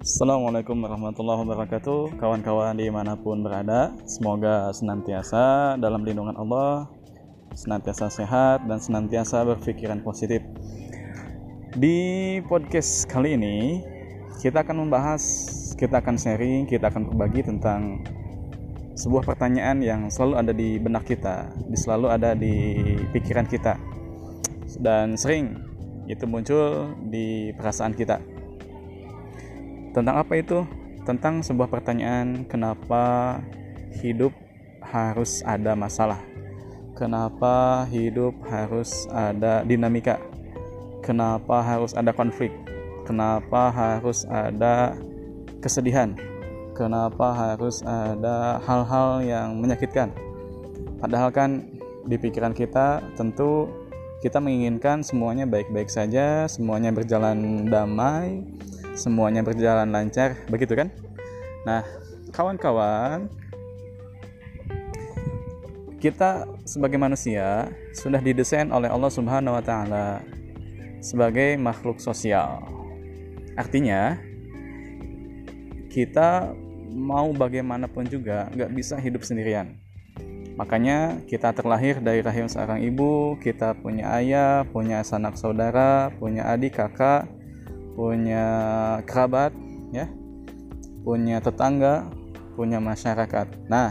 Assalamualaikum warahmatullahi wabarakatuh. Kawan-kawan dimanapun berada, semoga senantiasa dalam lindungan Allah, senantiasa sehat dan senantiasa berpikiran positif. Di podcast kali ini kita akan membahas, kita akan sharing, kita akan berbagi tentang sebuah pertanyaan yang selalu ada di benak kita, selalu ada di pikiran kita, dan sering itu muncul di perasaan kita. Tentang apa itu? Tentang sebuah pertanyaan, kenapa hidup harus ada masalah? Kenapa hidup harus ada dinamika? Kenapa harus ada konflik? Kenapa harus ada kesedihan? Kenapa harus ada hal-hal yang menyakitkan? Padahal kan di pikiran kita tentu kita menginginkan semuanya baik-baik saja, semuanya berjalan damai, semuanya berjalan lancar, begitu kan? Nah, kawan-kawan, kita sebagai manusia sudah didesain oleh Allah Subhanahu wa Ta'ala sebagai makhluk sosial. Artinya, kita mau bagaimanapun juga nggak bisa hidup sendirian. Makanya kita terlahir dari rahim seorang ibu, kita punya ayah, punya sanak saudara, punya adik, kakak, punya kerabat, ya, punya tetangga, punya masyarakat. Nah,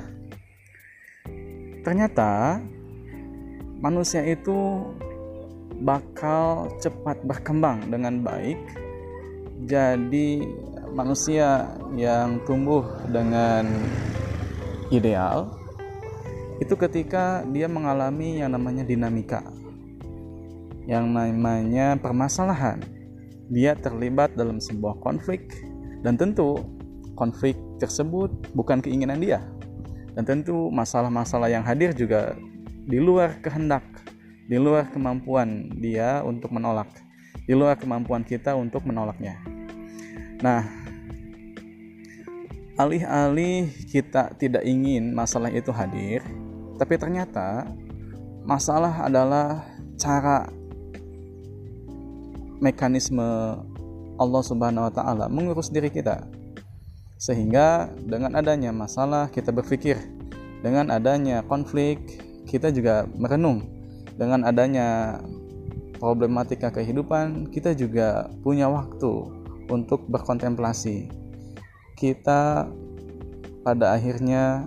ternyata manusia itu bakal cepat berkembang dengan baik, jadi manusia yang tumbuh dengan ideal itu ketika dia mengalami yang namanya dinamika, yang namanya permasalahan. Dia terlibat dalam sebuah konflik, dan tentu konflik tersebut bukan keinginan dia, dan tentu masalah-masalah yang hadir juga di luar kehendak, di luar kemampuan dia untuk menolak, di luar kemampuan kita untuk menolaknya. Nah, alih-alih kita tidak ingin masalah itu hadir, tapi ternyata masalah adalah cara mekanisme Allah Subhanahu wa Ta'ala mengurus diri kita. Sehingga dengan adanya masalah kita berpikir, dengan adanya konflik kita juga merenung, dengan adanya problematika kehidupan kita juga punya waktu untuk berkontemplasi. Kita pada akhirnya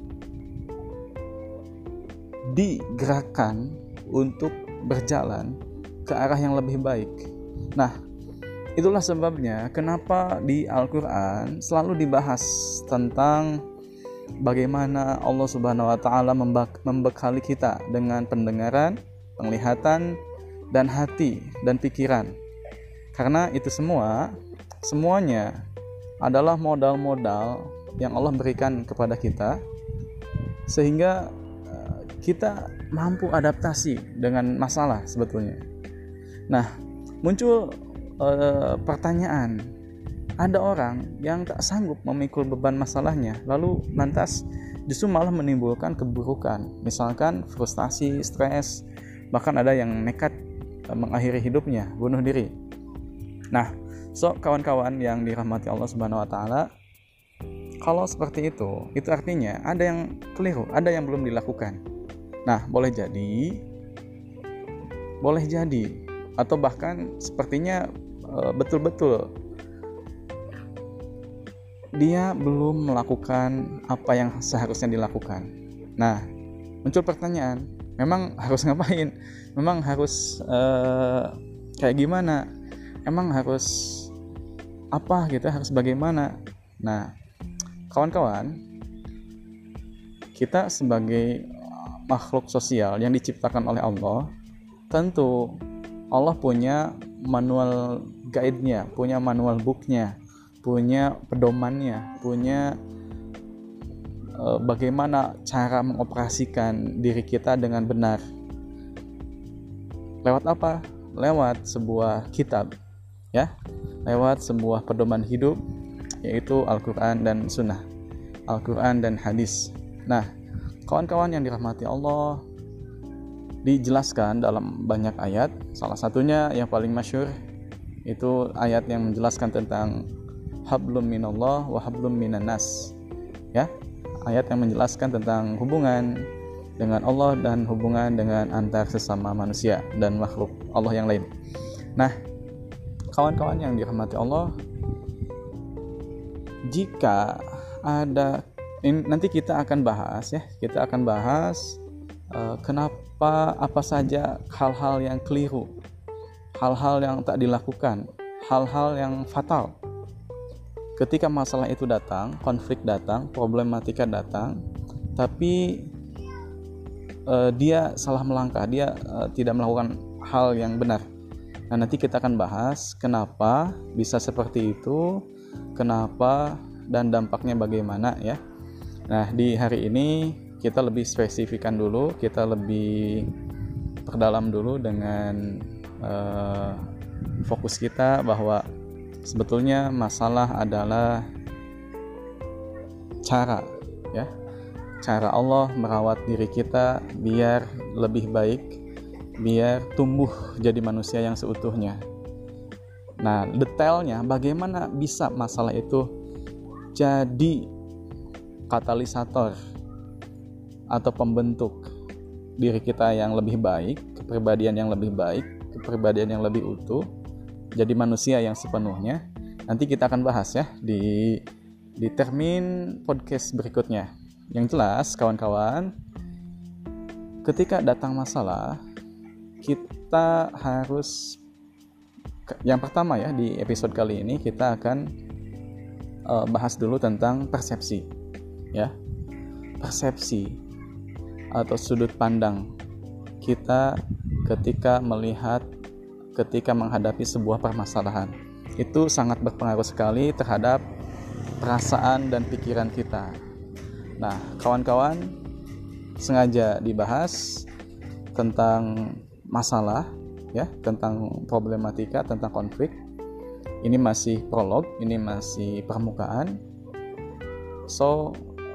digerakkan untuk berjalan ke arah yang lebih baik. Nah, itulah sebabnya kenapa di Al-Quran selalu dibahas tentang bagaimana Allah Subhanahu wa Ta'ala membekali kita dengan pendengaran, penglihatan, dan hati dan pikiran. Karena itu semuanya adalah modal-modal yang Allah berikan kepada kita, sehingga kita mampu adaptasi dengan masalah sebetulnya. Nah, muncul pertanyaan, ada orang yang tak sanggup memikul beban masalahnya, lalu lantas justru malah menimbulkan keburukan, misalkan frustasi, stres, bahkan ada yang nekat mengakhiri hidupnya, bunuh diri. Nah, kawan-kawan yang dirahmati Allah Subhanahu wa Ta'ala, kalau seperti itu artinya ada yang keliru, ada yang belum dilakukan. Nah, boleh jadi, atau bahkan sepertinya betul-betul dia belum melakukan apa yang seharusnya dilakukan. Nah, muncul pertanyaan, memang harus ngapain? Memang harus kayak gimana? Emang harus apa gitu? Harus bagaimana? Nah, kawan-kawan, kita sebagai makhluk sosial yang diciptakan oleh Allah, tentu Allah punya manual guide-nya, punya manual book-nya, punya pedomannya, punya bagaimana cara mengoperasikan diri kita dengan benar. Lewat apa? Lewat sebuah kitab, ya, lewat sebuah pedoman hidup, yaitu Al-Quran dan Sunnah, Al-Quran dan hadis. Nah, kawan-kawan yang dirahmati Allah, dijelaskan dalam banyak ayat. Salah satunya yang paling masyhur itu ayat yang menjelaskan tentang hablum minallah wa hablum minan nas. Ya, ayat yang menjelaskan tentang hubungan dengan Allah dan hubungan dengan antar sesama manusia dan makhluk Allah yang lain. Nah, kawan-kawan yang dirahmati Allah, jika ada ini, nanti kita akan bahas kenapa, apa saja hal-hal yang keliru, hal-hal yang tak dilakukan, hal-hal yang fatal ketika masalah itu datang, konflik datang, problematika datang, tapi dia salah melangkah, dia tidak melakukan hal yang benar. Nah, nanti kita akan bahas kenapa bisa seperti itu, kenapa dan dampaknya bagaimana ya. Nah, di hari ini kita lebih spesifikkan dulu, kita lebih perdalam dulu dengan fokus kita bahwa sebetulnya masalah adalah cara Allah merawat diri kita biar lebih baik, biar tumbuh jadi manusia yang seutuhnya. Nah, detailnya bagaimana bisa masalah itu jadi katalisator atau pembentuk diri kita yang lebih baik, kepribadian yang lebih baik, kepribadian yang lebih utuh, jadi manusia yang sepenuhnya. Nanti kita akan bahas ya di termin podcast berikutnya. Yang jelas kawan-kawan, ketika datang masalah, kita harus, yang pertama ya, di episode kali ini kita akan bahas dulu tentang persepsi ya. Persepsi atau sudut pandang kita ketika menghadapi sebuah permasalahan itu sangat berpengaruh sekali terhadap perasaan dan pikiran kita. Nah, kawan-kawan, sengaja dibahas tentang masalah ya, tentang problematika, tentang konflik. Ini masih prolog, ini masih permukaan. So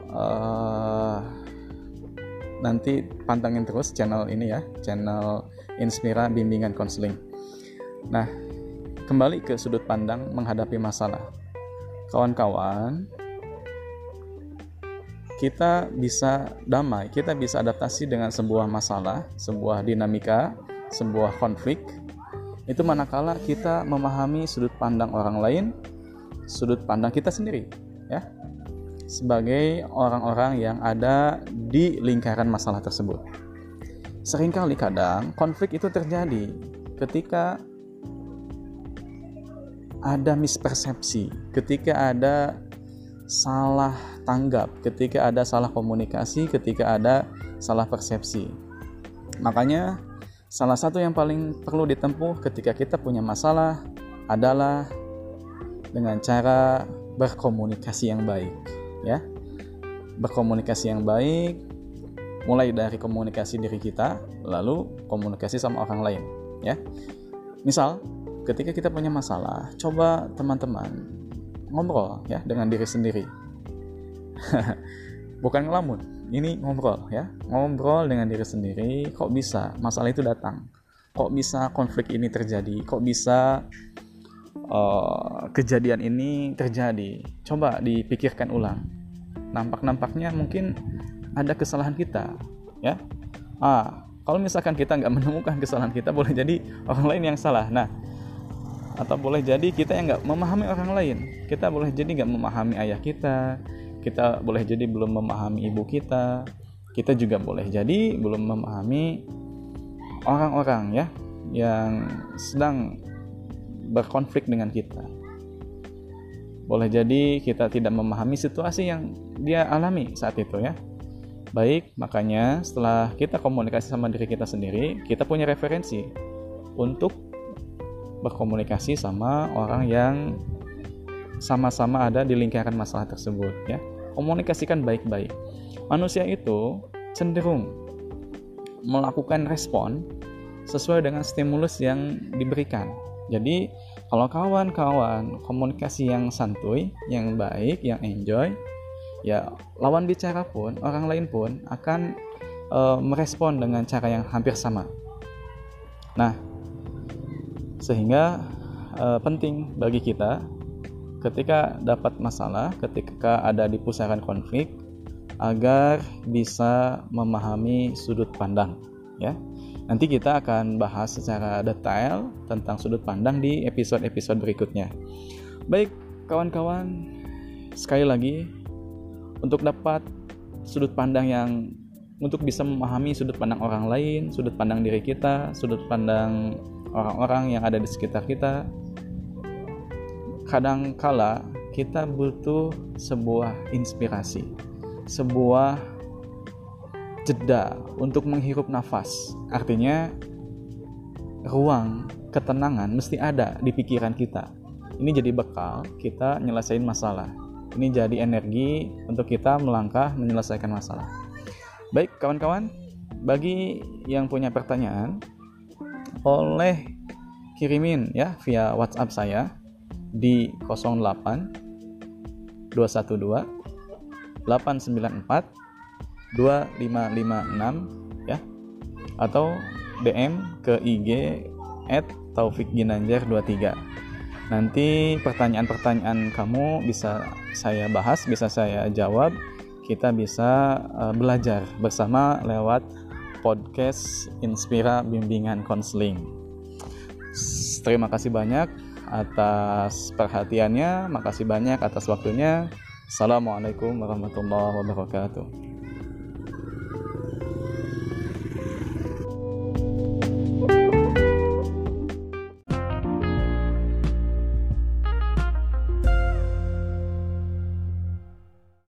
nanti pantengin terus channel ini ya, channel Inspira Bimbingan Konseling. Nah, kembali ke sudut pandang menghadapi masalah. Kawan-kawan, kita bisa damai, kita bisa adaptasi dengan sebuah masalah, sebuah dinamika, sebuah konflik. Itu manakala kita memahami sudut pandang orang lain, sudut pandang kita sendiri, ya, sebagai orang-orang yang ada di lingkaran masalah tersebut. Seringkali kadang konflik itu terjadi ketika ada mispersepsi, ketika ada salah tanggap, ketika ada salah komunikasi, ketika ada salah persepsi. Makanya salah satu yang paling perlu ditempuh ketika kita punya masalah adalah dengan cara berkomunikasi yang baik, ya. Berkomunikasi yang baik, mulai dari komunikasi diri kita, lalu komunikasi sama orang lain, ya. Misal, ketika kita punya masalah, coba teman-teman ngobrol ya dengan diri sendiri. Bukan ngelamun, ini ngobrol ya. Ngobrol dengan diri sendiri, kok bisa masalah itu datang? Kok bisa konflik ini terjadi? Kok bisa kejadian ini terjadi? Coba dipikirkan ulang. Nampak-nampaknya mungkin ada kesalahan kita, ya. Kalau misalkan kita nggak menemukan kesalahan kita, boleh jadi orang lain yang salah. Nah, atau boleh jadi kita yang nggak memahami orang lain. Kita boleh jadi nggak memahami ayah kita boleh jadi belum memahami ibu kita juga boleh jadi belum memahami orang-orang ya yang sedang berkonflik dengan kita. Boleh jadi kita tidak memahami situasi yang dia alami saat itu ya. Baik, makanya setelah kita komunikasi sama diri kita sendiri, kita punya referensi untuk berkomunikasi sama orang yang sama-sama ada di lingkaran masalah tersebut ya. Komunikasikan baik-baik. Manusia itu cenderung melakukan respon sesuai dengan stimulus yang diberikan. Jadi kalau kawan-kawan komunikasi yang santuy, yang baik, yang enjoy, ya lawan bicara pun, orang lain pun akan merespon dengan cara yang hampir sama. Nah, sehingga penting bagi kita ketika dapat masalah, ketika ada di pusaran konflik, agar bisa memahami sudut pandang, ya. Nanti kita akan bahas secara detail tentang sudut pandang di episode-episode berikutnya. Baik, kawan-kawan, sekali lagi untuk dapat sudut pandang untuk bisa memahami sudut pandang orang lain, sudut pandang diri kita, sudut pandang orang-orang yang ada di sekitar kita, kadangkala kita butuh sebuah inspirasi, sebuah jeda untuk menghirup nafas. Artinya ruang ketenangan mesti ada di pikiran kita. Ini jadi bekal kita nyelesain masalah. Ini jadi energi untuk kita melangkah menyelesaikan masalah. Baik kawan-kawan, bagi yang punya pertanyaan boleh kirimin ya via WhatsApp saya di 08 212 894 2556 ya, atau DM ke IG @taufikginanjar23. Nanti pertanyaan-pertanyaan kamu bisa saya bahas, bisa saya jawab. Kita bisa belajar bersama lewat podcast Inspira Bimbingan Konseling. Terima kasih banyak atas perhatiannya, makasih banyak atas waktunya. Assalamualaikum warahmatullahi wabarakatuh.